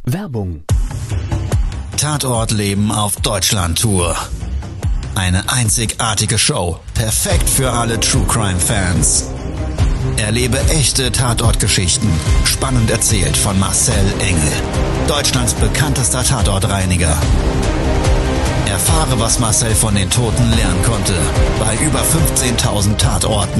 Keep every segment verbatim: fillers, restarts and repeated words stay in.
Werbung. Tatortleben auf Deutschland-Tour. Eine einzigartige Show, perfekt für alle True-Crime-Fans. Erlebe echte Tatortgeschichten, spannend erzählt von Marcel Engel, Deutschlands bekanntester Tatortreiniger. Erfahre, was Marcel von den Toten lernen konnte, bei über fünfzehntausend Tatorten.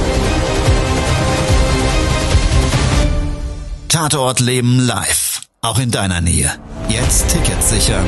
Tatortleben live, auch in deiner Nähe. Jetzt Tickets sichern.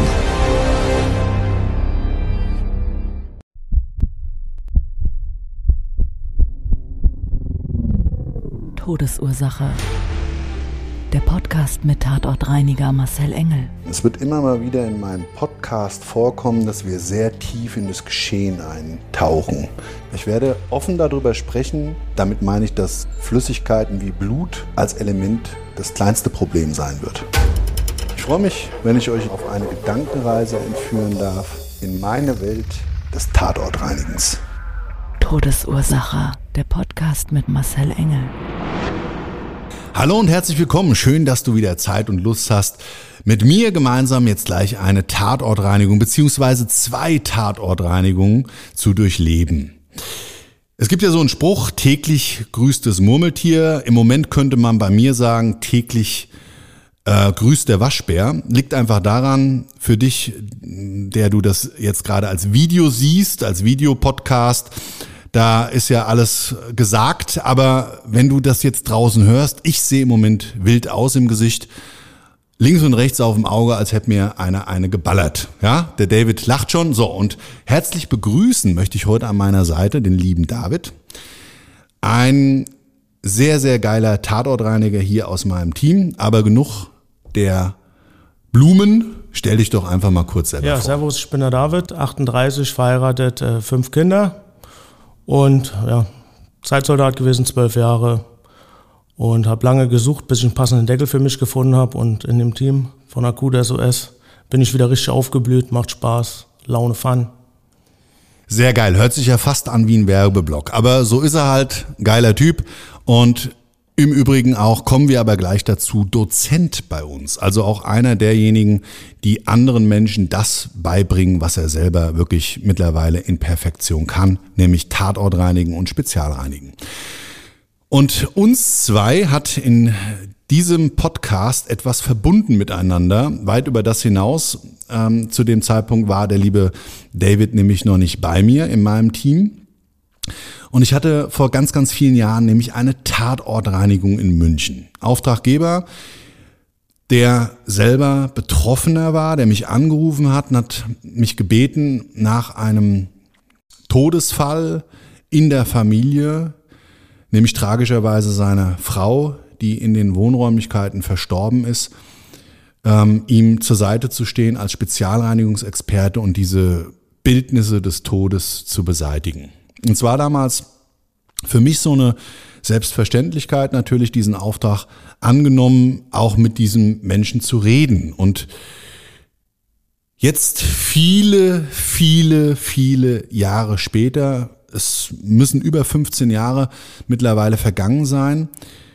Todesursache. Der Podcast mit Tatortreiniger Marcel Engel. Es wird immer mal wieder in meinem Podcast vorkommen, dass wir sehr tief in das Geschehen eintauchen. Ich werde offen darüber sprechen. Damit meine ich, dass Flüssigkeiten wie Blut als Element das kleinste Problem sein wird. Ich freue mich, wenn ich euch auf eine Gedankenreise entführen darf in meine Welt des Tatortreinigens. Todesursache. Der Podcast mit Marcel Engel. Hallo und herzlich willkommen. Schön, dass du wieder Zeit und Lust hast, mit mir gemeinsam jetzt gleich eine Tatortreinigung beziehungsweise zwei Tatortreinigungen zu durchleben. Es gibt ja so einen Spruch, täglich grüßt das Murmeltier. Im Moment könnte man bei mir sagen, täglich äh, grüßt der Waschbär. Liegt einfach daran, für dich, der du das jetzt gerade als Video siehst, als Videopodcast, da ist ja alles gesagt, aber wenn du das jetzt draußen hörst, ich sehe im Moment wild aus im Gesicht, links und rechts auf dem Auge, als hätte mir einer eine geballert. Ja, der David lacht schon. So, und herzlich begrüßen möchte ich heute an meiner Seite den lieben David. Ein sehr, sehr geiler Tatortreiniger hier aus meinem Team, aber genug der Blumen. Stell dich doch einfach mal kurz selber ja, vor. Ja, servus, ich bin der David, achtunddreißig, verheiratet, äh, fünf Kinder. Und ja, Zeitsoldat gewesen, zwölf Jahre, und habe lange gesucht, bis ich einen passenden Deckel für mich gefunden habe. Und in dem Team von Akut S O S bin ich wieder richtig aufgeblüht, macht Spaß, Laune, Fun. Sehr geil, hört sich ja fast an wie ein Werbeblock, aber so ist er halt, geiler Typ. Und im Übrigen auch, kommen wir aber gleich dazu, Dozent bei uns. Also auch einer derjenigen, die anderen Menschen das beibringen, was er selber wirklich mittlerweile in Perfektion kann, nämlich Tatortreinigen und Spezialreinigen. Und uns zwei hat in diesem Podcast etwas verbunden miteinander, weit über das hinaus. Ähm, zu dem Zeitpunkt war der liebe David nämlich noch nicht bei mir in meinem Team. Und ich hatte vor ganz, ganz vielen Jahren nämlich eine Tatortreinigung in München. Auftraggeber, der selber Betroffener war, der mich angerufen hat und hat mich gebeten, nach einem Todesfall in der Familie, nämlich tragischerweise seiner Frau, die in den Wohnräumlichkeiten verstorben ist, ähm, ihm zur Seite zu stehen als Spezialreinigungsexperte und diese Bildnisse des Todes zu beseitigen. Und zwar damals für mich so eine Selbstverständlichkeit, natürlich diesen Auftrag angenommen, auch mit diesem Menschen zu reden. Und jetzt viele, viele, viele Jahre später, es müssen über fünfzehn Jahre mittlerweile vergangen sein,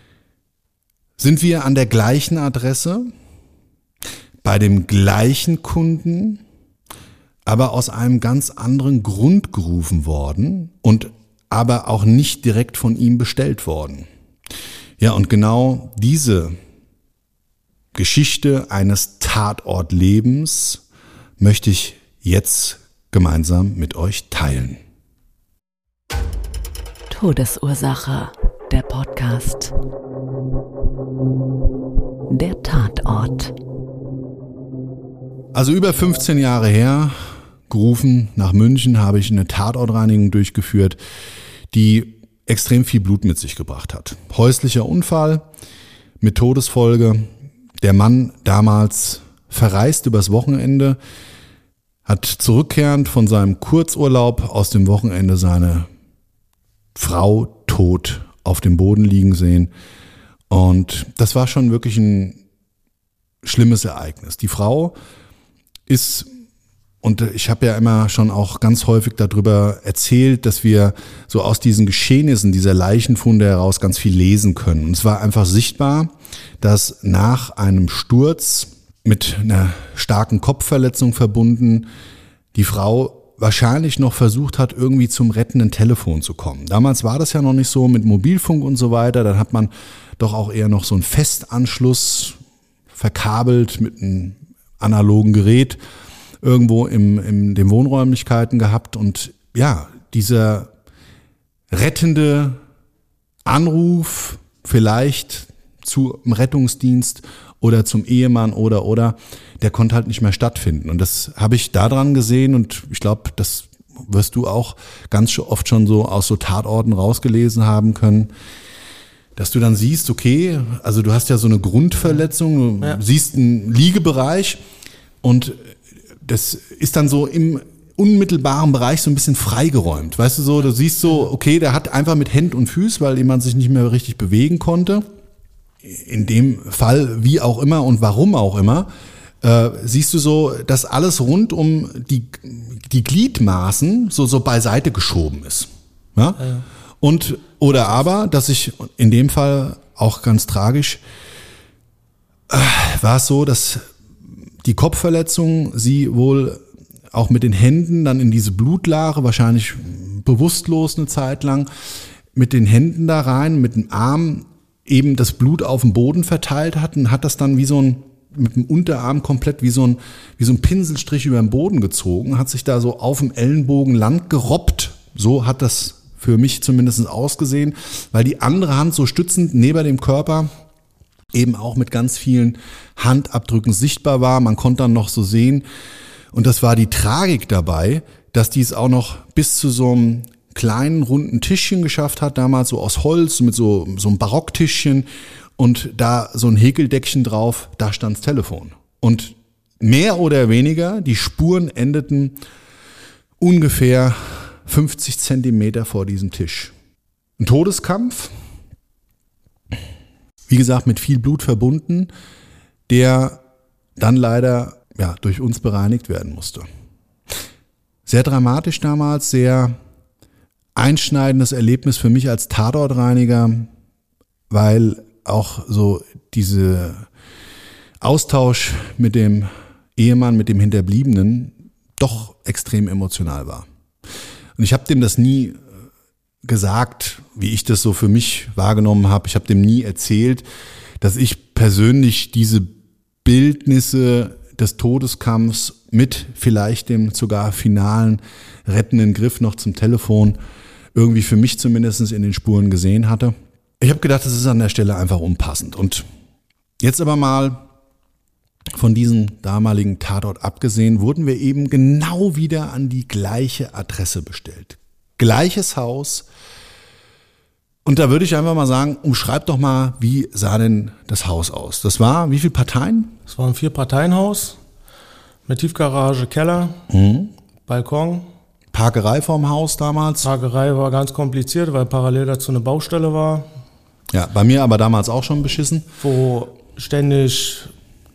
sind wir an der gleichen Adresse, bei dem gleichen Kunden, aber aus einem ganz anderen Grund gerufen worden und aber auch nicht direkt von ihm bestellt worden. Ja, und genau diese Geschichte eines Tatortlebens möchte ich jetzt gemeinsam mit euch teilen. Todesursache, der Podcast. Der Tatort. Also über fünfzehn Jahre her, gerufen nach München, habe ich eine Tatortreinigung durchgeführt, die extrem viel Blut mit sich gebracht hat. Häuslicher Unfall mit Todesfolge. Der Mann damals verreist übers Wochenende, hat zurückkehrend von seinem Kurzurlaub aus dem Wochenende seine Frau tot auf dem Boden liegen sehen. Und das war schon wirklich ein schlimmes Ereignis. Die Frau ist, und ich habe ja immer schon auch ganz häufig darüber erzählt, dass wir so aus diesen Geschehnissen, dieser Leichenfunde heraus ganz viel lesen können. Und es war einfach sichtbar, dass nach einem Sturz mit einer starken Kopfverletzung verbunden, die Frau wahrscheinlich noch versucht hat, irgendwie zum rettenden Telefon zu kommen. Damals war das ja noch nicht so mit Mobilfunk und so weiter. Dann hat man doch auch eher noch so einen Festanschluss verkabelt mit einem analogen Gerät irgendwo im, in den Wohnräumlichkeiten gehabt. Und ja, dieser rettende Anruf vielleicht zum Rettungsdienst oder zum Ehemann oder, oder, der konnte halt nicht mehr stattfinden. Und das habe ich daran gesehen und ich glaube, das wirst du auch ganz oft schon so aus so Tatorten rausgelesen haben können, dass du dann siehst, okay, also du hast ja so eine Grundverletzung, du ja. siehst einen Liegebereich und das ist dann so im unmittelbaren Bereich so ein bisschen freigeräumt. Weißt du so, du siehst so, okay, der hat einfach mit Händen und Füßen, weil jemand sich nicht mehr richtig bewegen konnte, in dem Fall, wie auch immer und warum auch immer, äh, siehst du so, dass alles rund um die, die Gliedmaßen so, so beiseite geschoben ist. Ja? Ja, ja. Und, oder aber, dass ich in dem Fall auch ganz tragisch, äh, war es so, dass die Kopfverletzung sie wohl auch mit den Händen dann in diese Blutlache, wahrscheinlich bewusstlos eine Zeit lang, mit den Händen da rein, mit dem Arm eben das Blut auf dem Boden verteilt hat und hat das dann wie so ein, mit dem Unterarm komplett wie so ein, wie so ein Pinselstrich über den Boden gezogen, hat sich da so auf dem Ellenbogen lang gerobbt. So hat das für mich zumindest ausgesehen, weil die andere Hand so stützend neben dem Körper eben auch mit ganz vielen Handabdrücken sichtbar war. Man konnte dann noch so sehen, und das war die Tragik dabei, dass die es auch noch bis zu so einem kleinen runden Tischchen geschafft hat, damals so aus Holz, mit so, so einem Barocktischchen und da so ein Häkeldeckchen drauf, da stand's Telefon. Und mehr oder weniger, die Spuren endeten ungefähr fünfzig Zentimeter vor diesem Tisch. Ein Todeskampf, wie gesagt, mit viel Blut verbunden, der dann leider ja, durch uns bereinigt werden musste. Sehr dramatisch damals, sehr einschneidendes Erlebnis für mich als Tatortreiniger, weil auch so diese Austausch mit dem Ehemann, mit dem Hinterbliebenen doch extrem emotional war. Und ich habe dem das nie gesagt, wie ich das so für mich wahrgenommen habe. Ich habe dem nie erzählt, dass ich persönlich diese Bildnisse des Todeskampfs mit vielleicht dem sogar finalen rettenden Griff noch zum Telefon irgendwie für mich zumindest in den Spuren gesehen hatte. Ich habe gedacht, das ist an der Stelle einfach unpassend. Und jetzt aber mal von diesem damaligen Tatort abgesehen, wurden wir eben genau wieder an die gleiche Adresse bestellt. Gleiches Haus. Und da würde ich einfach mal sagen, umschreib doch mal, wie sah denn das Haus aus? Das war, wie viele Parteien? Es war ein Vier-Parteien-Haus mit Tiefgarage, Keller, mhm. Balkon. Parkerei vorm Haus damals? Parkerei war ganz kompliziert, weil parallel dazu eine Baustelle war. Ja, bei mir aber damals auch schon beschissen. Wo ständig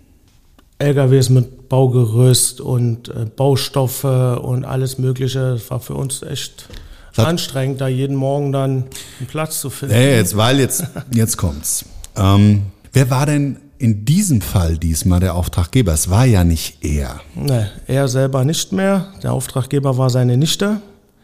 L K Ws mit Baugerüst und äh, Baustoffe und alles Mögliche. Das war für uns echt das anstrengend, da jeden Morgen dann einen Platz zu finden. Ja, jetzt, weil jetzt, jetzt kommt's. Ähm, wer war denn in diesem Fall diesmal der Auftraggeber? Es war ja nicht er. Nee, er selber nicht mehr. Der Auftraggeber war seine Nichte,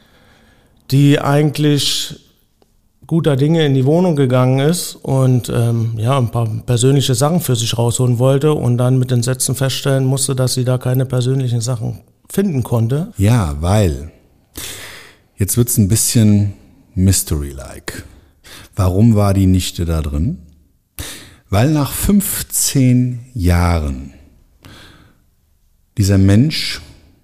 die eigentlich guter Dinge in die Wohnung gegangen ist und ähm, ja, ein paar persönliche Sachen für sich rausholen wollte und dann mit den Sätzen feststellen musste, dass sie da keine persönlichen Sachen finden konnte. Ja, weil jetzt wird's ein bisschen Mystery-like. Warum war die Nichte da drin? Weil nach fünfzehn Jahren dieser Mensch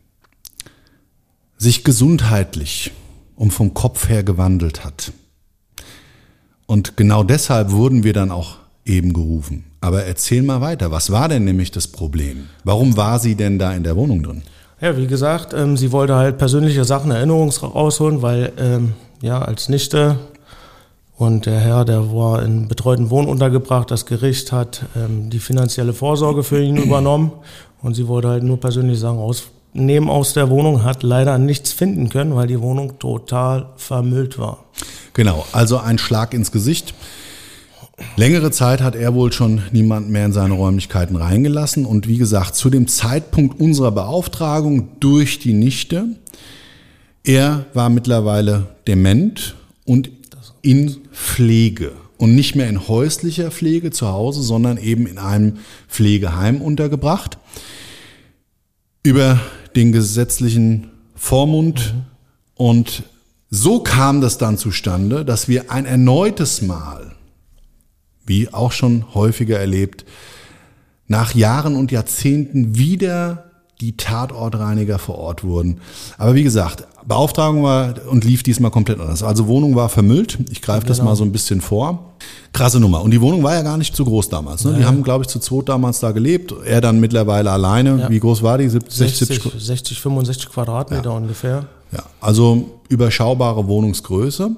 sich gesundheitlich und vom Kopf her gewandelt hat. Und genau deshalb wurden wir dann auch eben gerufen. Aber erzähl mal weiter, was war denn nämlich das Problem? Warum war sie denn da in der Wohnung drin? Ja, wie gesagt, ähm, sie wollte halt persönliche Sachen, Erinnerungen rausholen, weil ähm, ja als Nichte und der Herr, der war in betreuten Wohnen untergebracht, das Gericht hat ähm, die finanzielle Vorsorge für ihn übernommen und sie wollte halt nur persönliche Sachen rausnehmen aus der Wohnung, hat leider nichts finden können, weil die Wohnung total vermüllt war. Genau, also ein Schlag ins Gesicht. Längere Zeit hat er wohl schon niemanden mehr in seine Räumlichkeiten reingelassen. Und wie gesagt, zu dem Zeitpunkt unserer Beauftragung durch die Nichte, er war mittlerweile dement und in Pflege. Und nicht mehr in häuslicher Pflege zu Hause, sondern eben in einem Pflegeheim untergebracht. Über den gesetzlichen Vormund. Mhm. Und so kam das dann zustande, dass wir ein erneutes Mal, wie auch schon häufiger erlebt, nach Jahren und Jahrzehnten wieder die Tatortreiniger vor Ort wurden. Aber wie gesagt, Beauftragung war und lief diesmal komplett anders. Also Wohnung war vermüllt. Ich greife das genau. mal so ein bisschen vor. Krasse Nummer. Und die Wohnung war ja gar nicht so groß damals. Ne? Ja. Die haben, glaube ich, zu zweit damals da gelebt. Er dann mittlerweile alleine. Ja. Wie groß war die? sechzig, sechzig, sechzig fünfundsechzig Quadratmeter ja. ungefähr. Ja, also überschaubare Wohnungsgröße.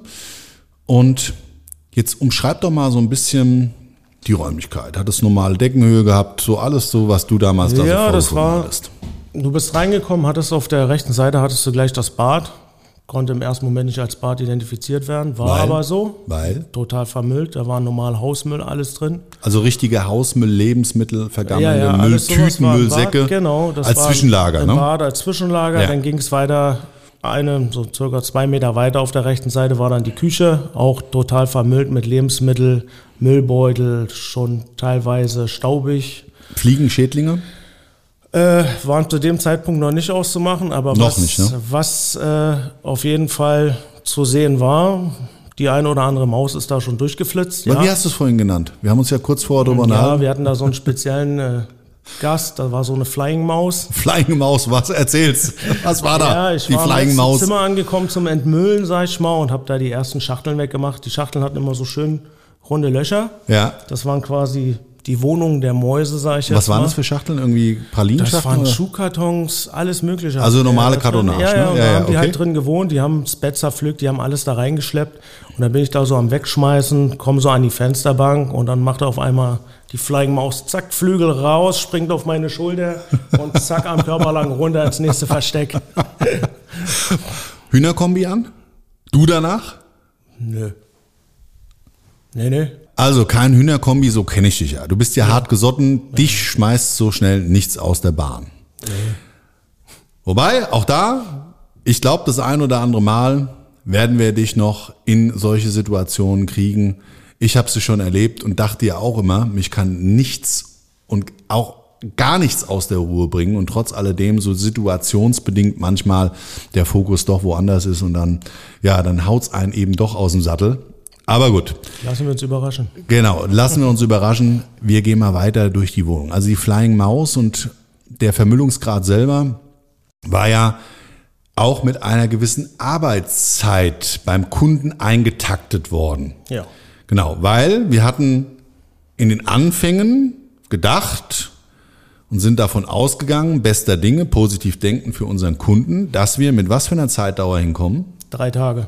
Und jetzt umschreib doch mal so ein bisschen die Räumlichkeit. Hat es normale Deckenhöhe gehabt? So alles so, was du damals da ja, so das war, hattest. Du bist reingekommen, hattest auf der rechten Seite hattest du gleich das Bad. Konnte im ersten Moment nicht als Bad identifiziert werden, war weil, aber so. Weil? Total vermüllt, da war normal Hausmüll alles drin. Also richtige Hausmüll, Lebensmittel, vergammelte ja, ja, Mülltüten, Müllsäcke. Bad, genau, das als war Zwischenlager, ein ne? Bad als Zwischenlager, ja. Dann ging es weiter. Eine, so circa zwei Meter weiter auf der rechten Seite war dann die Küche, auch total vermüllt mit Lebensmittel, Müllbeutel, schon teilweise staubig. Fliegen, Schädlinge? Äh, waren zu dem Zeitpunkt noch nicht auszumachen, aber noch was, nicht, ne? was äh, auf jeden Fall zu sehen war, die eine oder andere Maus ist da schon durchgeflitzt. Ja. Ja. Wie hast du es vorhin genannt? Wir haben uns ja kurz vorher drüber Ja, nachgedacht. wir hatten da so einen speziellen äh, Gast, da war so eine Flying Maus. Flying Maus, was erzählst? Was war da? Ja, ich die war Flying im Maus. Zimmer angekommen zum Entmüllen, sag ich mal, und habe da die ersten Schachteln weggemacht. Die Schachteln hatten immer so schön runde Löcher. Ja. Das waren quasi die Wohnungen der Mäuse, sag ich jetzt Was waren mal. das für Schachteln? Irgendwie Pralinenschachteln? Das waren oder? Schuhkartons, alles mögliche. Also normale ja, Kartonage, Ja, ja, ne? und Ja, da ja, haben die okay. halt drin gewohnt, die haben das Bett zerpflückt, die haben alles da reingeschleppt. Und dann bin ich da so am Wegschmeißen, komme so an die Fensterbank und dann macht er auf einmal die Flying Maus, zack, Flügel raus, springt auf meine Schulter und zack, am Körper lang runter ins nächste Versteck. Hühnerkombi an? Du danach? Nö. Nee, nee. Also kein Hühnerkombi, so kenne ich dich ja. Du bist ja, ja. hart gesotten, ja. Dich schmeißt so schnell nichts aus der Bahn. Nee. Wobei, auch da, ich glaube, das ein oder andere Mal werden wir dich noch in solche Situationen kriegen. Ich habe sie schon erlebt und dachte ja auch immer, mich kann nichts und auch gar nichts aus der Ruhe bringen und trotz alledem so situationsbedingt manchmal der Fokus doch woanders ist und dann, ja, dann haut's einen eben doch aus dem Sattel. Aber gut. Lassen wir uns überraschen. Genau, lassen wir uns überraschen. Wir gehen mal weiter durch die Wohnung. Also die Flying Maus und der Vermüllungsgrad selber war ja auch mit einer gewissen Arbeitszeit beim Kunden eingetaktet worden. Ja. Genau, weil wir hatten in den Anfängen gedacht und sind davon ausgegangen, bester Dinge, positiv denken für unseren Kunden, dass wir mit was für einer Zeitdauer hinkommen? Drei Tage.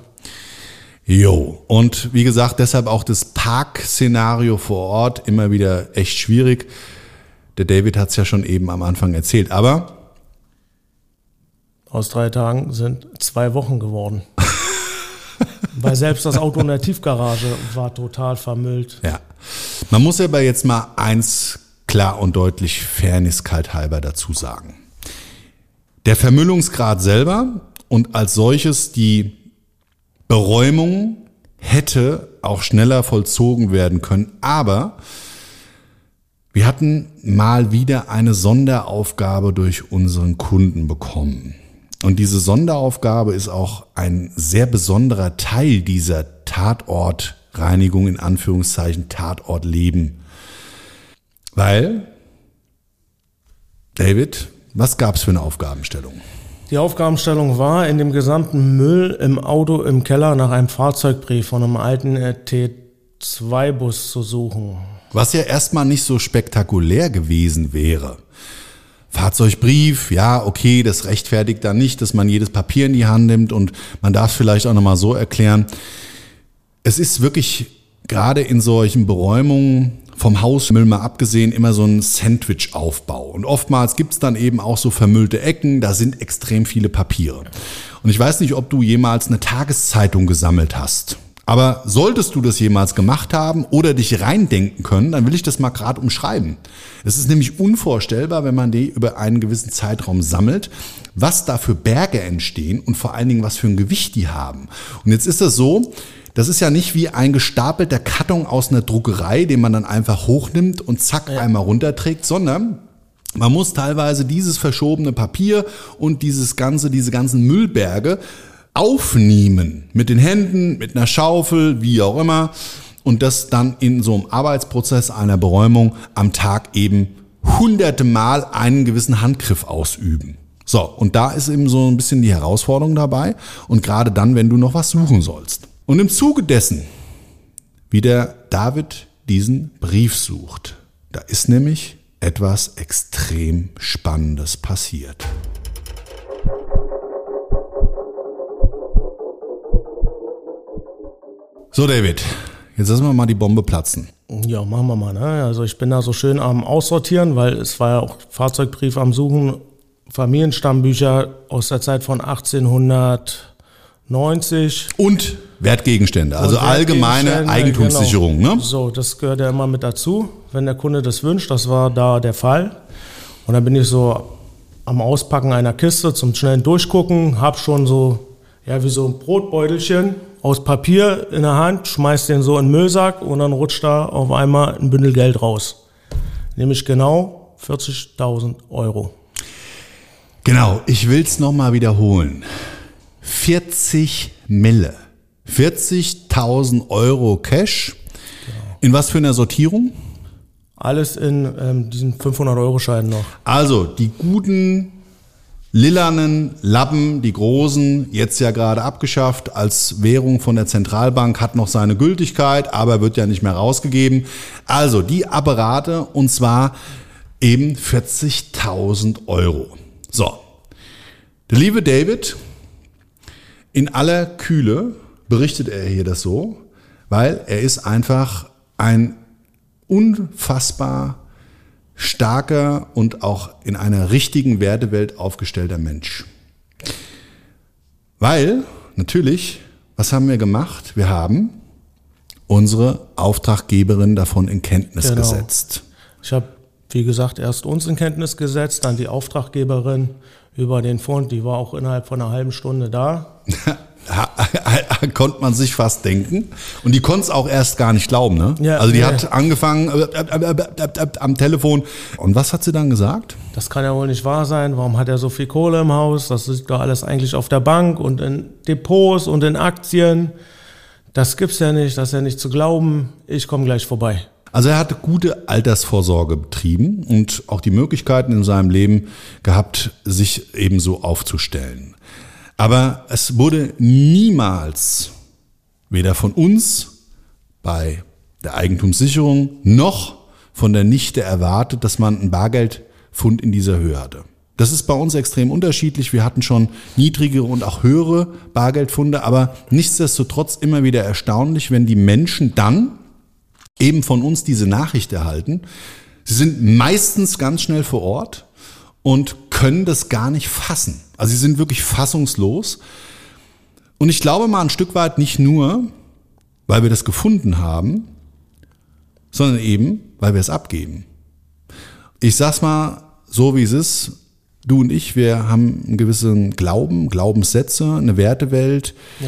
Jo, und wie gesagt, deshalb auch das Parkszenario vor Ort immer wieder echt schwierig. Der David hat es ja schon eben am Anfang erzählt, aber aus drei Tagen sind zwei Wochen geworden. Weil selbst das Auto in der Tiefgarage war total vermüllt. Ja, man muss aber jetzt mal eins klar und deutlich fairnesskalthalber dazu sagen. Der Vermüllungsgrad selber und als solches die Beräumung hätte auch schneller vollzogen werden können, aber wir hatten mal wieder eine Sonderaufgabe durch unseren Kunden bekommen. Und diese Sonderaufgabe ist auch ein sehr besonderer Teil dieser Tatortreinigung, in Anführungszeichen Tatortleben. Weil, David, was gab es für eine Aufgabenstellung? Die Aufgabenstellung war, in dem gesamten Müll im Auto im Keller nach einem Fahrzeugbrief von einem alten T zwei Bus zu suchen. Was ja erstmal nicht so spektakulär gewesen wäre. Fahrzeugbrief, ja, okay, das rechtfertigt dann nicht, dass man jedes Papier in die Hand nimmt und man darf es vielleicht auch nochmal so erklären. Es ist wirklich gerade in solchen Beräumungen, vom Hausmüll mal abgesehen, immer so ein Sandwich-Aufbau. Und oftmals gibt's dann eben auch so vermüllte Ecken, da sind extrem viele Papiere. Und ich weiß nicht, ob du jemals eine Tageszeitung gesammelt hast. Aber solltest du das jemals gemacht haben oder dich reindenken können, dann will ich das mal gerade umschreiben. Es ist nämlich unvorstellbar, wenn man die über einen gewissen Zeitraum sammelt, was da für Berge entstehen und vor allen Dingen, was für ein Gewicht die haben. Und jetzt ist das so, das ist ja nicht wie ein gestapelter Karton aus einer Druckerei, den man dann einfach hochnimmt und zack ja. einmal runterträgt, sondern man muss teilweise dieses verschobene Papier und dieses ganze, diese ganzen Müllberge aufnehmen, mit den Händen, mit einer Schaufel, wie auch immer, und das dann in so einem Arbeitsprozess einer Beräumung am Tag eben hunderte Mal einen gewissen Handgriff ausüben. So, und da ist eben so ein bisschen die Herausforderung dabei und gerade dann, wenn du noch was suchen sollst. Und im Zuge dessen, wie der David diesen Brief sucht, da ist nämlich etwas extrem Spannendes passiert. So, David, jetzt lassen wir mal die Bombe platzen. Ja, machen wir mal. Ne? Also ich bin da so schön am Aussortieren, weil es war ja auch Fahrzeugbrief am Suchen, Familienstammbücher aus der Zeit von achtzehnhundertneunzig. Und Wertgegenstände, also Und allgemeine Wertgegenstände, Eigentumssicherung. Genau. Ne? So, das gehört ja immer mit dazu, wenn der Kunde das wünscht. Das war da der Fall. Und dann bin ich so am Auspacken einer Kiste zum schnellen Durchgucken, hab schon so, ja, wie so ein Brotbeutelchen aus Papier in der Hand, schmeiß den so in den Müllsack und dann rutscht da auf einmal ein Bündel Geld raus. Nämlich genau vierzigtausend Euro. Genau, ich will's nochmal wiederholen. vierzig Mille. vierzigtausend Euro Cash. Genau. In was für einer Sortierung? Alles in ähm, diesen fünfhundert-Euro-Scheinen noch. Also die guten lilanen Lappen, die großen, jetzt ja gerade abgeschafft als Währung von der Zentralbank, hat noch seine Gültigkeit, aber wird ja nicht mehr rausgegeben. Also die Apparate, und zwar eben vierzigtausend Euro. So, der liebe David, in aller Kühle berichtet er hier das so, weil er ist einfach ein unfassbar starker und auch in einer richtigen Wertewelt aufgestellter Mensch. Weil, natürlich, was haben wir gemacht? Wir haben unsere Auftraggeberin davon in Kenntnis genau. gesetzt. Ich habe, wie gesagt, erst uns in Kenntnis gesetzt, dann die Auftraggeberin über den Fund, die war auch innerhalb von einer halben Stunde da. Konnte man sich fast denken. Und die konnte es auch erst gar nicht glauben. Ne? Ja, also die ja. hat angefangen äh, äh, äh, äh, am Telefon. Und was hat sie dann gesagt? Das kann ja wohl nicht wahr sein. Warum hat er so viel Kohle im Haus? Das liegt doch alles eigentlich auf der Bank und in Depots und in Aktien. Das gibt's ja nicht, das ist ja nicht zu glauben. Ich komme gleich vorbei. Also er hatte gute Altersvorsorge betrieben und auch die Möglichkeiten in seinem Leben gehabt, sich ebenso aufzustellen. Aber es wurde niemals, weder von uns bei der Eigentumssicherung noch von der Nichte erwartet, dass man einen Bargeldfund in dieser Höhe hatte. Das ist bei uns extrem unterschiedlich. Wir hatten schon niedrigere und auch höhere Bargeldfunde, aber nichtsdestotrotz immer wieder erstaunlich, wenn die Menschen dann eben von uns diese Nachricht erhalten. Sie sind meistens ganz schnell vor Ort und können das gar nicht fassen. Also sie sind wirklich fassungslos. Und ich glaube mal ein Stück weit nicht nur, weil wir das gefunden haben, sondern eben, weil wir es abgeben. Ich sag's mal so, wie es ist. Du und ich, wir haben einen gewissen Glauben, Glaubenssätze, eine Wertewelt, ja.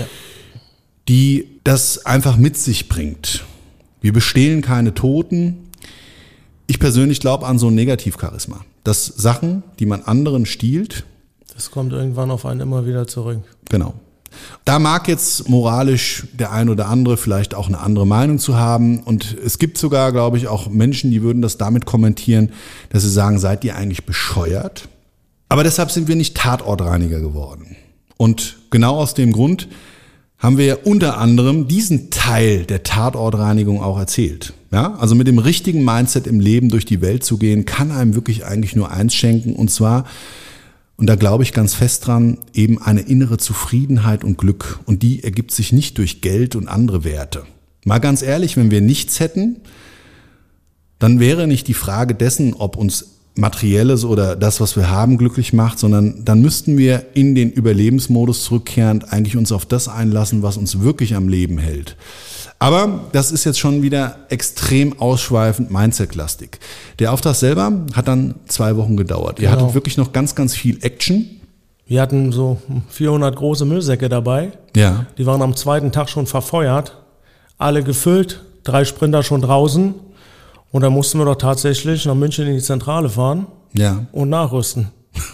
die das einfach mit sich bringt. Wir bestehlen keine Toten. Ich persönlich glaube an so ein Negativcharisma. Dass Sachen, die man anderen stiehlt, das kommt irgendwann auf einen immer wieder zurück. Genau. Da mag jetzt moralisch der ein oder andere vielleicht auch eine andere Meinung zu haben. Und es gibt sogar, glaube ich, auch Menschen, die würden das damit kommentieren, dass sie sagen, seid ihr eigentlich bescheuert? Aber deshalb sind wir nicht Tatortreiniger geworden. Und genau aus dem Grund haben wir unter anderem diesen Teil der Tatortreinigung auch erzählt. Ja, also mit dem richtigen Mindset im Leben durch die Welt zu gehen, kann einem wirklich eigentlich nur eins schenken, und zwar, und da glaube ich ganz fest dran, eben eine innere Zufriedenheit und Glück. Und die ergibt sich nicht durch Geld und andere Werte. Mal ganz ehrlich, wenn wir nichts hätten, dann wäre nicht die Frage dessen, ob uns Materielles oder das, was wir haben, glücklich macht, sondern dann müssten wir in den Überlebensmodus zurückkehrend eigentlich uns auf das einlassen, was uns wirklich am Leben hält. Aber das ist jetzt schon wieder extrem ausschweifend Mindset-lastig. Der Auftrag selber hat dann zwei Wochen gedauert. Ihr Genau. hattet wirklich noch ganz, ganz viel Action. Wir hatten so vierhundert große Müllsäcke dabei. Ja. Die waren am zweiten Tag schon verfeuert, alle gefüllt, drei Sprinter schon draußen. Und dann mussten wir doch tatsächlich nach München in die Zentrale fahren Ja. und nachrüsten.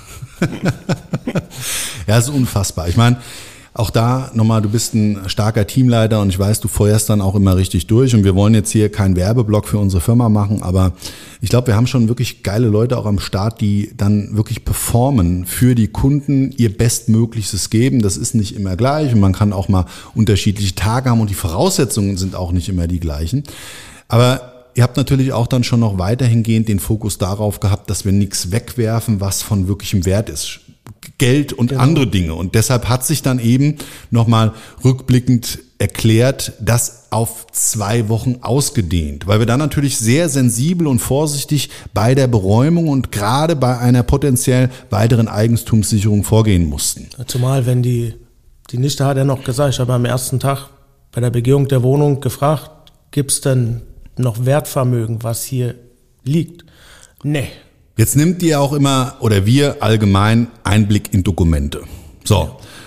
Ja, ist unfassbar. Ich meine, auch da nochmal, du bist ein starker Teamleiter und ich weiß, du feuerst dann auch immer richtig durch und wir wollen jetzt hier keinen Werbeblock für unsere Firma machen, aber ich glaube, wir haben schon wirklich geile Leute auch am Start, die dann wirklich performen, für die Kunden ihr Bestmöglichstes geben. Das ist nicht immer gleich und man kann auch mal unterschiedliche Tage haben und die Voraussetzungen sind auch nicht immer die gleichen. Aber ihr habt natürlich auch dann schon noch weiterhingehend den Fokus darauf gehabt, dass wir nichts wegwerfen, was von wirklichem Wert ist. Geld und Genau. andere Dinge. Und deshalb hat sich dann eben nochmal rückblickend erklärt, das auf zwei Wochen ausgedehnt. Weil wir dann natürlich sehr sensibel und vorsichtig bei der Beräumung und gerade bei einer potenziell weiteren Eigentumssicherung vorgehen mussten. Zumal, wenn die, die Nichte hat ja noch gesagt, ich habe am ersten Tag bei der Begehung der Wohnung gefragt, gibt es denn noch Wertvermögen, was hier liegt? Nee. Jetzt nimmt ihr auch immer, oder wir allgemein, Einblick in Dokumente. So,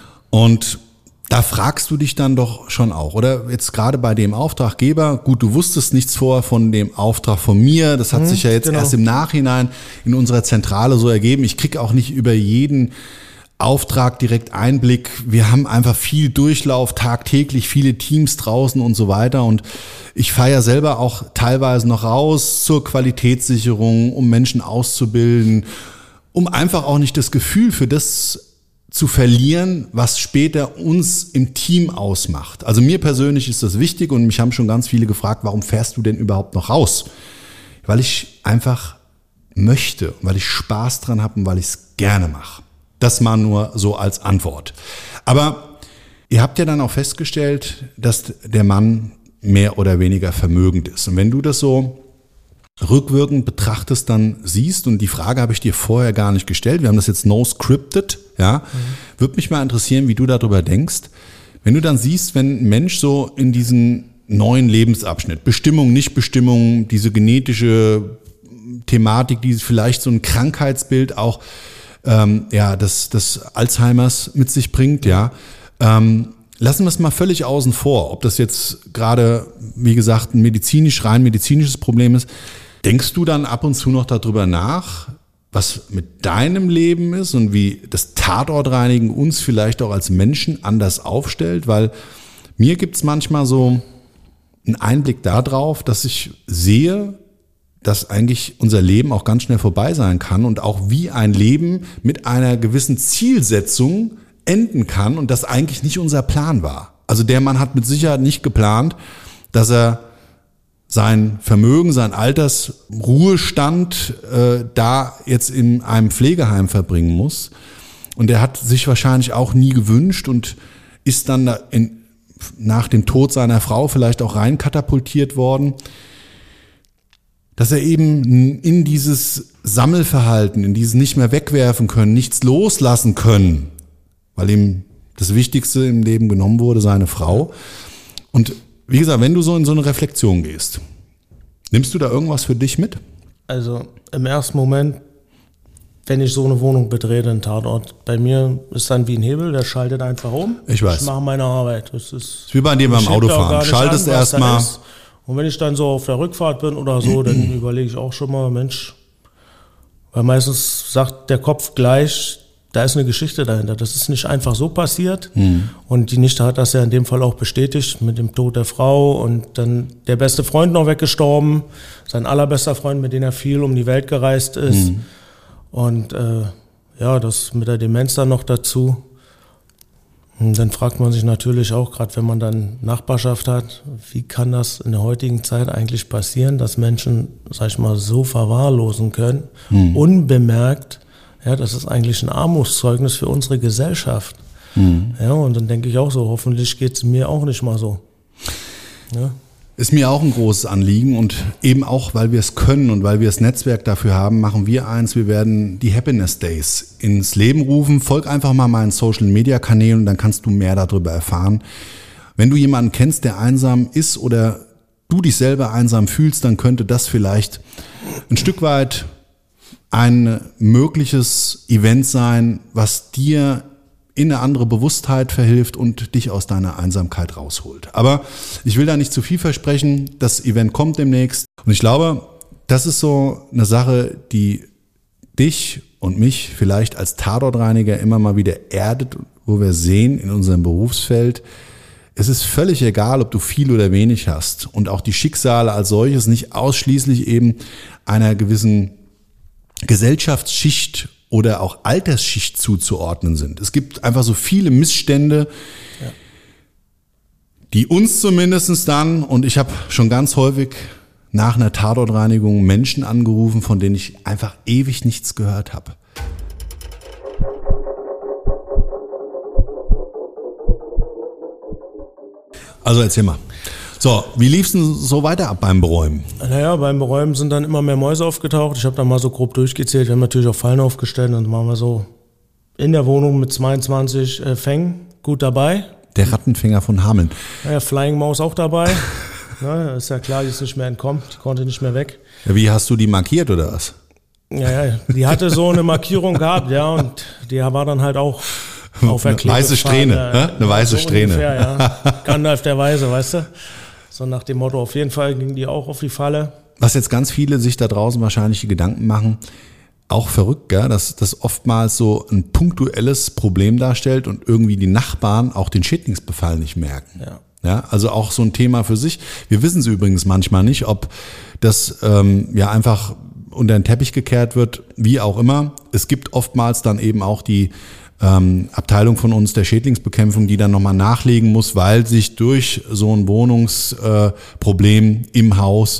und da fragst du dich dann doch schon auch, oder? Jetzt gerade bei dem Auftraggeber, gut, du wusstest nichts vor von dem Auftrag von mir, das hat Mhm, sich ja jetzt genau. erst im Nachhinein in unserer Zentrale so ergeben. Ich kriege auch nicht über jeden Auftrag direkt Einblick. Wir haben einfach viel Durchlauf, tagtäglich viele Teams draußen und so weiter. Und ich fahre ja selber auch teilweise noch raus zur Qualitätssicherung, um Menschen auszubilden, um einfach auch nicht das Gefühl für das zu verlieren, was später uns im Team ausmacht. Also mir persönlich ist das wichtig und mich haben schon ganz viele gefragt, warum fährst du denn überhaupt noch raus? Weil ich einfach möchte, weil ich Spaß dran habe und weil ich es gerne mache. Das mal nur so als Antwort. Aber ihr habt ja dann auch festgestellt, dass der Mann mehr oder weniger vermögend ist. Und wenn du das so rückwirkend betrachtest, dann siehst, und die Frage habe ich dir vorher gar nicht gestellt, wir haben das jetzt no scripted, ja, mhm. Würde mich mal interessieren, wie du darüber denkst. Wenn du dann siehst, wenn ein Mensch so in diesen neuen Lebensabschnitt, Bestimmung, Nichtbestimmung, diese genetische Thematik, die vielleicht so ein Krankheitsbild auch Ähm, ja, das, das Alzheimers mit sich bringt, ja. Ähm, lassen wir es mal völlig außen vor, ob das jetzt gerade, wie gesagt, ein medizinisch, rein medizinisches Problem ist. Denkst du dann ab und zu noch darüber nach, was mit deinem Leben ist und wie das Tatortreinigen uns vielleicht auch als Menschen anders aufstellt? Weil mir gibt's manchmal so einen Einblick darauf, dass ich sehe, dass eigentlich unser Leben auch ganz schnell vorbei sein kann und auch wie ein Leben mit einer gewissen Zielsetzung enden kann und das eigentlich nicht unser Plan war. Also der Mann hat mit Sicherheit nicht geplant, dass er sein Vermögen, sein Altersruhestand äh, da jetzt in einem Pflegeheim verbringen muss. Und er hat sich wahrscheinlich auch nie gewünscht und ist dann da in, nach dem Tod seiner Frau vielleicht auch rein katapultiert worden, dass er eben in dieses Sammelverhalten, in dieses nicht mehr wegwerfen können, nichts loslassen können, weil ihm das Wichtigste im Leben genommen wurde, seine Frau. Und wie gesagt, wenn du so in so eine Reflexion gehst, nimmst du da irgendwas für dich mit? Also im ersten Moment, wenn ich so eine Wohnung betrete, einen Tatort, bei mir ist dann wie ein Hebel, der schaltet einfach um. Ich weiß. Ich mache meine Arbeit. Das ist, Das ist wie bei dir beim ich heb da auch gar Autofahren. nicht Schaltest an, was da erstmal. ist. Und wenn ich dann so auf der Rückfahrt bin oder so, dann überlege ich auch schon mal, Mensch, weil meistens sagt der Kopf gleich, da ist eine Geschichte dahinter. Das ist nicht einfach so passiert. Mhm. Und die Nichte hat das ja in dem Fall auch bestätigt mit dem Tod der Frau und dann der beste Freund noch weggestorben, sein allerbester Freund, mit dem er viel um die Welt gereist ist. Mhm. Und äh, ja, das mit der Demenz dann noch dazu. Und dann fragt man sich natürlich auch, gerade wenn man dann Nachbarschaft hat, wie kann das in der heutigen Zeit eigentlich passieren, dass Menschen, sag ich mal, so verwahrlosen können, mhm. unbemerkt. Ja, das ist eigentlich ein Armutszeugnis für unsere Gesellschaft. Mhm. Ja, und dann denke ich auch so, hoffentlich geht es mir auch nicht mal so. Ja. Ist mir auch ein großes Anliegen und eben auch, weil wir es können und weil wir das Netzwerk dafür haben, machen wir eins, wir werden die Happiness Days ins Leben rufen. Folg einfach mal meinen Social Media Kanälen und dann kannst du mehr darüber erfahren. Wenn du jemanden kennst, der einsam ist oder du dich selber einsam fühlst, dann könnte das vielleicht ein Stück weit ein mögliches Event sein, was dir in eine andere Bewusstheit verhilft und dich aus deiner Einsamkeit rausholt. Aber ich will da nicht zu viel versprechen. Das Event kommt demnächst. Und ich glaube, das ist so eine Sache, die dich und mich vielleicht als Tatortreiniger immer mal wieder erdet, wo wir sehen in unserem Berufsfeld, es ist völlig egal, ob du viel oder wenig hast. Und auch die Schicksale als solches nicht ausschließlich eben einer gewissen Gesellschaftsschicht oder auch Altersschicht zuzuordnen sind. Es gibt einfach so viele Missstände, ja, die uns zumindest dann, und ich habe schon ganz häufig nach einer Tatortreinigung Menschen angerufen, von denen ich einfach ewig nichts gehört habe. Also erzähl mal. So, wie lief's denn so weiter ab beim Beräumen? Naja, beim Beräumen sind dann immer mehr Mäuse aufgetaucht. Ich habe dann mal so grob durchgezählt. Wir haben natürlich auch Fallen aufgestellt und dann waren wir so in der Wohnung mit zweiundzwanzig äh, Fängen gut dabei. Der Rattenfänger von Hameln. Naja, Flying Maus auch dabei. Ja, ist ja klar, die ist nicht mehr entkommen, die konnte nicht mehr weg. Ja, wie hast du die markiert oder was? Ja, ja, die hatte so eine Markierung gehabt, ja, und die war dann halt auch auf der Eine weiße Strähne, ja, eine weiße so Strähne. Ungefähr, ja. Gandalf der Weise, weißt du? So nach dem Motto, auf jeden Fall ging die auch auf die Falle. Was jetzt ganz viele sich da draußen wahrscheinlich die Gedanken machen, auch verrückt, gell? Dass das oftmals so ein punktuelles Problem darstellt und irgendwie die Nachbarn auch den Schädlingsbefall nicht merken. Ja. Ja, also auch so ein Thema für sich. Wir wissen es übrigens manchmal nicht, ob das ähm, ja einfach unter den Teppich gekehrt wird, wie auch immer. Es gibt oftmals dann eben auch die ähm, Abteilung von uns der Schädlingsbekämpfung, die dann nochmal nachlegen muss, weil sich durch so ein Wohnungsproblem äh, im Haus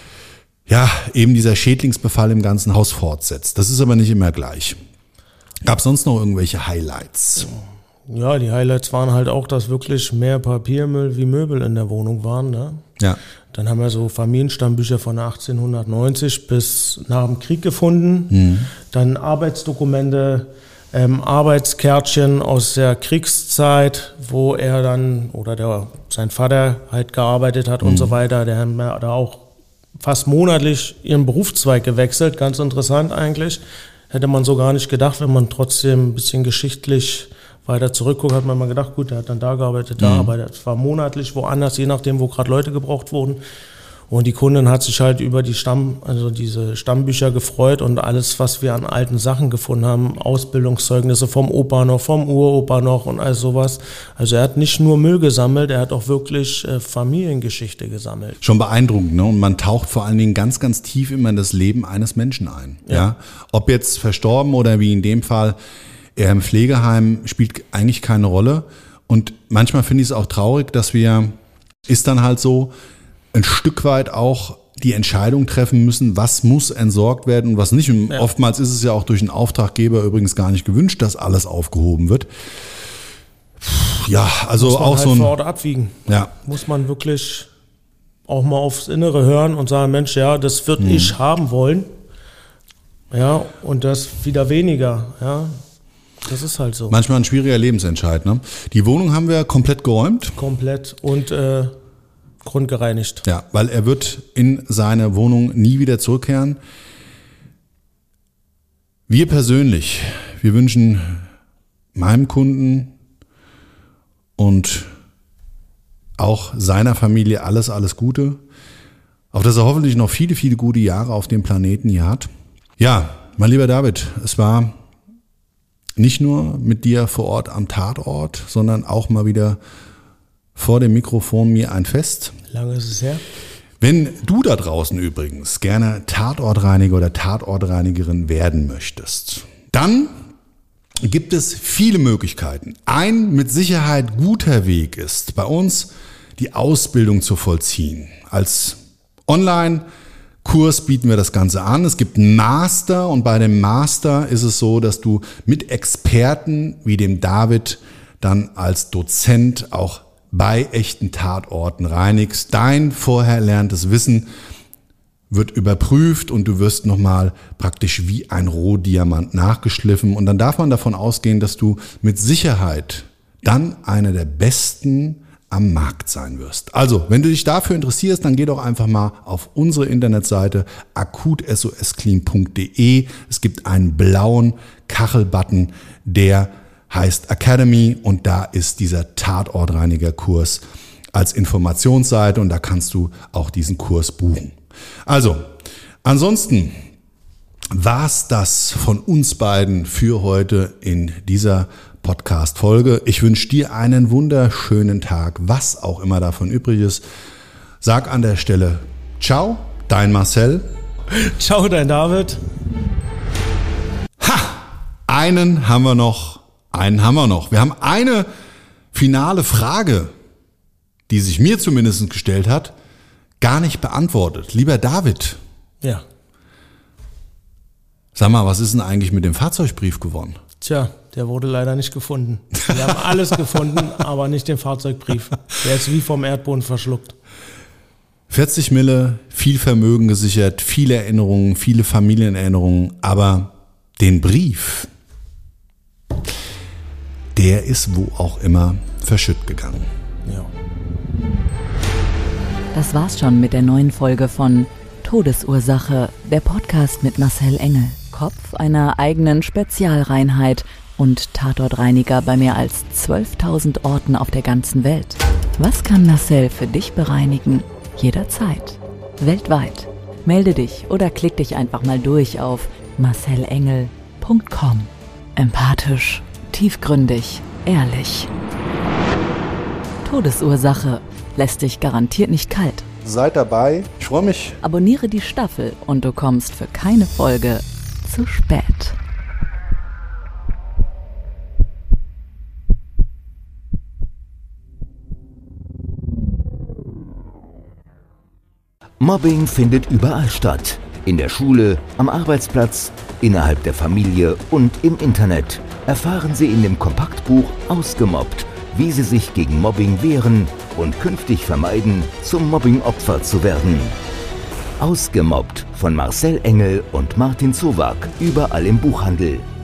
ja eben dieser Schädlingsbefall im ganzen Haus fortsetzt. Das ist aber nicht immer gleich. Gab es sonst noch irgendwelche Highlights? Ja, die Highlights waren halt auch, dass wirklich mehr Papiermüll wie Möbel in der Wohnung waren. Ne? Ja. Dann haben wir so Familienstammbücher von achtzehnhundertneunzig bis nach dem Krieg gefunden. Mhm. Dann Arbeitsdokumente, ähm, Arbeitskärtchen aus der Kriegszeit, wo er dann oder der, sein Vater halt gearbeitet hat mhm. und so weiter. Der haben ja da auch fast monatlich ihren Berufszweig gewechselt. Ganz interessant eigentlich. Hätte man so gar nicht gedacht, wenn man trotzdem ein bisschen geschichtlich weiter zurückguckt, hat man mal gedacht, gut, der hat dann da gearbeitet, da, mhm. aber das war monatlich woanders, je nachdem, wo gerade Leute gebraucht wurden. Und die Kundin hat sich halt über die Stamm, also diese Stammbücher gefreut und alles, was wir an alten Sachen gefunden haben, Ausbildungszeugnisse vom Opa noch, vom Uropa noch und all sowas. Also er hat nicht nur Müll gesammelt, er hat auch wirklich äh, Familiengeschichte gesammelt. Schon beeindruckend, ne? Und man taucht vor allen Dingen ganz, ganz tief immer in das Leben eines Menschen ein. Ja. Ja? Ob jetzt verstorben oder wie in dem Fall er im Pflegeheim, spielt eigentlich keine Rolle. Und manchmal finde ich es auch traurig, dass wir, ist dann halt so, ein Stück weit auch die Entscheidung treffen müssen, was muss entsorgt werden und was nicht. Und ja. Oftmals ist es ja auch durch den Auftraggeber übrigens gar nicht gewünscht, dass alles aufgehoben wird. Ja, also muss man auch halt so ein... vor Ort abwiegen. Ja. Muss man wirklich auch mal aufs Innere hören und sagen, Mensch, ja, das würde hm. ich haben wollen. Ja, und das wieder weniger, ja. Das ist halt so. Manchmal ein schwieriger Lebensentscheid, ne? Die Wohnung haben wir komplett geräumt. Komplett und äh, grundgereinigt. Ja, weil er wird in seine Wohnung nie wieder zurückkehren. Wir persönlich, wir wünschen meinem Kunden und auch seiner Familie alles, alles Gute. Auf dass er hoffentlich noch viele, viele gute Jahre auf dem Planeten hier hat. Ja, mein lieber David, es war nicht nur mit dir vor Ort am Tatort, sondern auch mal wieder vor dem Mikrofon mir ein Fest. Lange ist es her. Wenn du da draußen übrigens gerne Tatortreiniger oder Tatortreinigerin werden möchtest, dann gibt es viele Möglichkeiten. Ein mit Sicherheit guter Weg ist, bei uns die Ausbildung zu vollziehen. Als Online- Kurs bieten wir das Ganze an. Es gibt einen Master und bei dem Master ist es so, dass du mit Experten wie dem David dann als Dozent auch bei echten Tatorten reinigst. Dein vorher erlerntes Wissen wird überprüft und du wirst nochmal praktisch wie ein Rohdiamant nachgeschliffen. Und dann darf man davon ausgehen, dass du mit Sicherheit dann einer der besten am Markt sein wirst. Also, wenn du dich dafür interessierst, dann geh doch einfach mal auf unsere Internetseite akut s o s clean punkt d e. Es gibt einen blauen Kachelbutton, der heißt Academy und da ist dieser Tatortreiniger-Kurs als Informationsseite und da kannst du auch diesen Kurs buchen. Also, ansonsten war's das von uns beiden für heute in dieser Podcast-Folge. Ich wünsche dir einen wunderschönen Tag, was auch immer davon übrig ist. Sag an der Stelle ciao, dein Marcel. Ciao, dein David. Ha! Einen haben wir noch, einen haben wir noch. Wir haben eine finale Frage, die sich mir zumindest gestellt hat, gar nicht beantwortet. Lieber David. Ja. Sag mal, was ist denn eigentlich mit dem Fahrzeugbrief geworden? Tja, der wurde leider nicht gefunden. Wir haben alles gefunden, aber nicht den Fahrzeugbrief. Der ist wie vom Erdboden verschluckt. vierzig Mille, viel Vermögen gesichert, viele Erinnerungen, viele Familienerinnerungen, aber den Brief, der ist wo auch immer verschütt gegangen. Ja. Das war's schon mit der neuen Folge von Todesursache, der Podcast mit Marcel Engel. Kopf einer eigenen Spezialreinheit und Tatortreiniger bei mehr als zwölftausend Orten auf der ganzen Welt. Was kann Marcel für dich bereinigen? Jederzeit. Weltweit. Melde dich oder klick dich einfach mal durch auf marcel engel punkt com. Empathisch, tiefgründig, ehrlich. Todesursache lässt dich garantiert nicht kalt. Seid dabei. Ich freue mich. Abonniere die Staffel und du kommst für keine Folge zu spät. Mobbing findet überall statt. In der Schule, am Arbeitsplatz, innerhalb der Familie und im Internet. Erfahren Sie in dem Kompaktbuch Ausgemobbt, wie Sie sich gegen Mobbing wehren und künftig vermeiden, zum Mobbing-Opfer zu werden. Ausgemobbt von Marcel Engel und Martin Zowak, überall im Buchhandel.